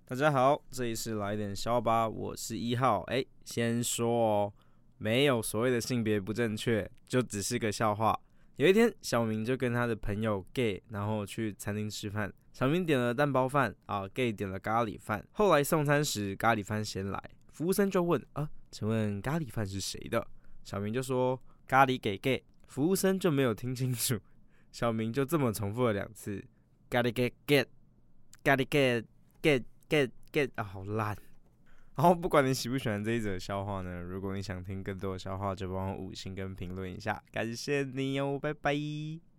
大家好，这里是来点笑吧，我是1号。先说哦，没有所谓的性别不正确，就只是个笑话。有一天，小明就跟他的朋友 Gay， 然后去餐厅吃饭。小明点了蛋包饭，Gay 点了咖喱饭。后来送餐时，咖喱饭先来，服务生就问请问咖喱饭是谁的？小明就说咖喱给 Gay， 服务生就没有听清楚，小明就这么重复了2次，咖喱给 Get， 咖喱给 Get 好烂。然后不管你喜不喜欢这一则笑话呢，如果你想听更多的笑话，就帮我5星跟评论一下，感谢你哦，拜拜。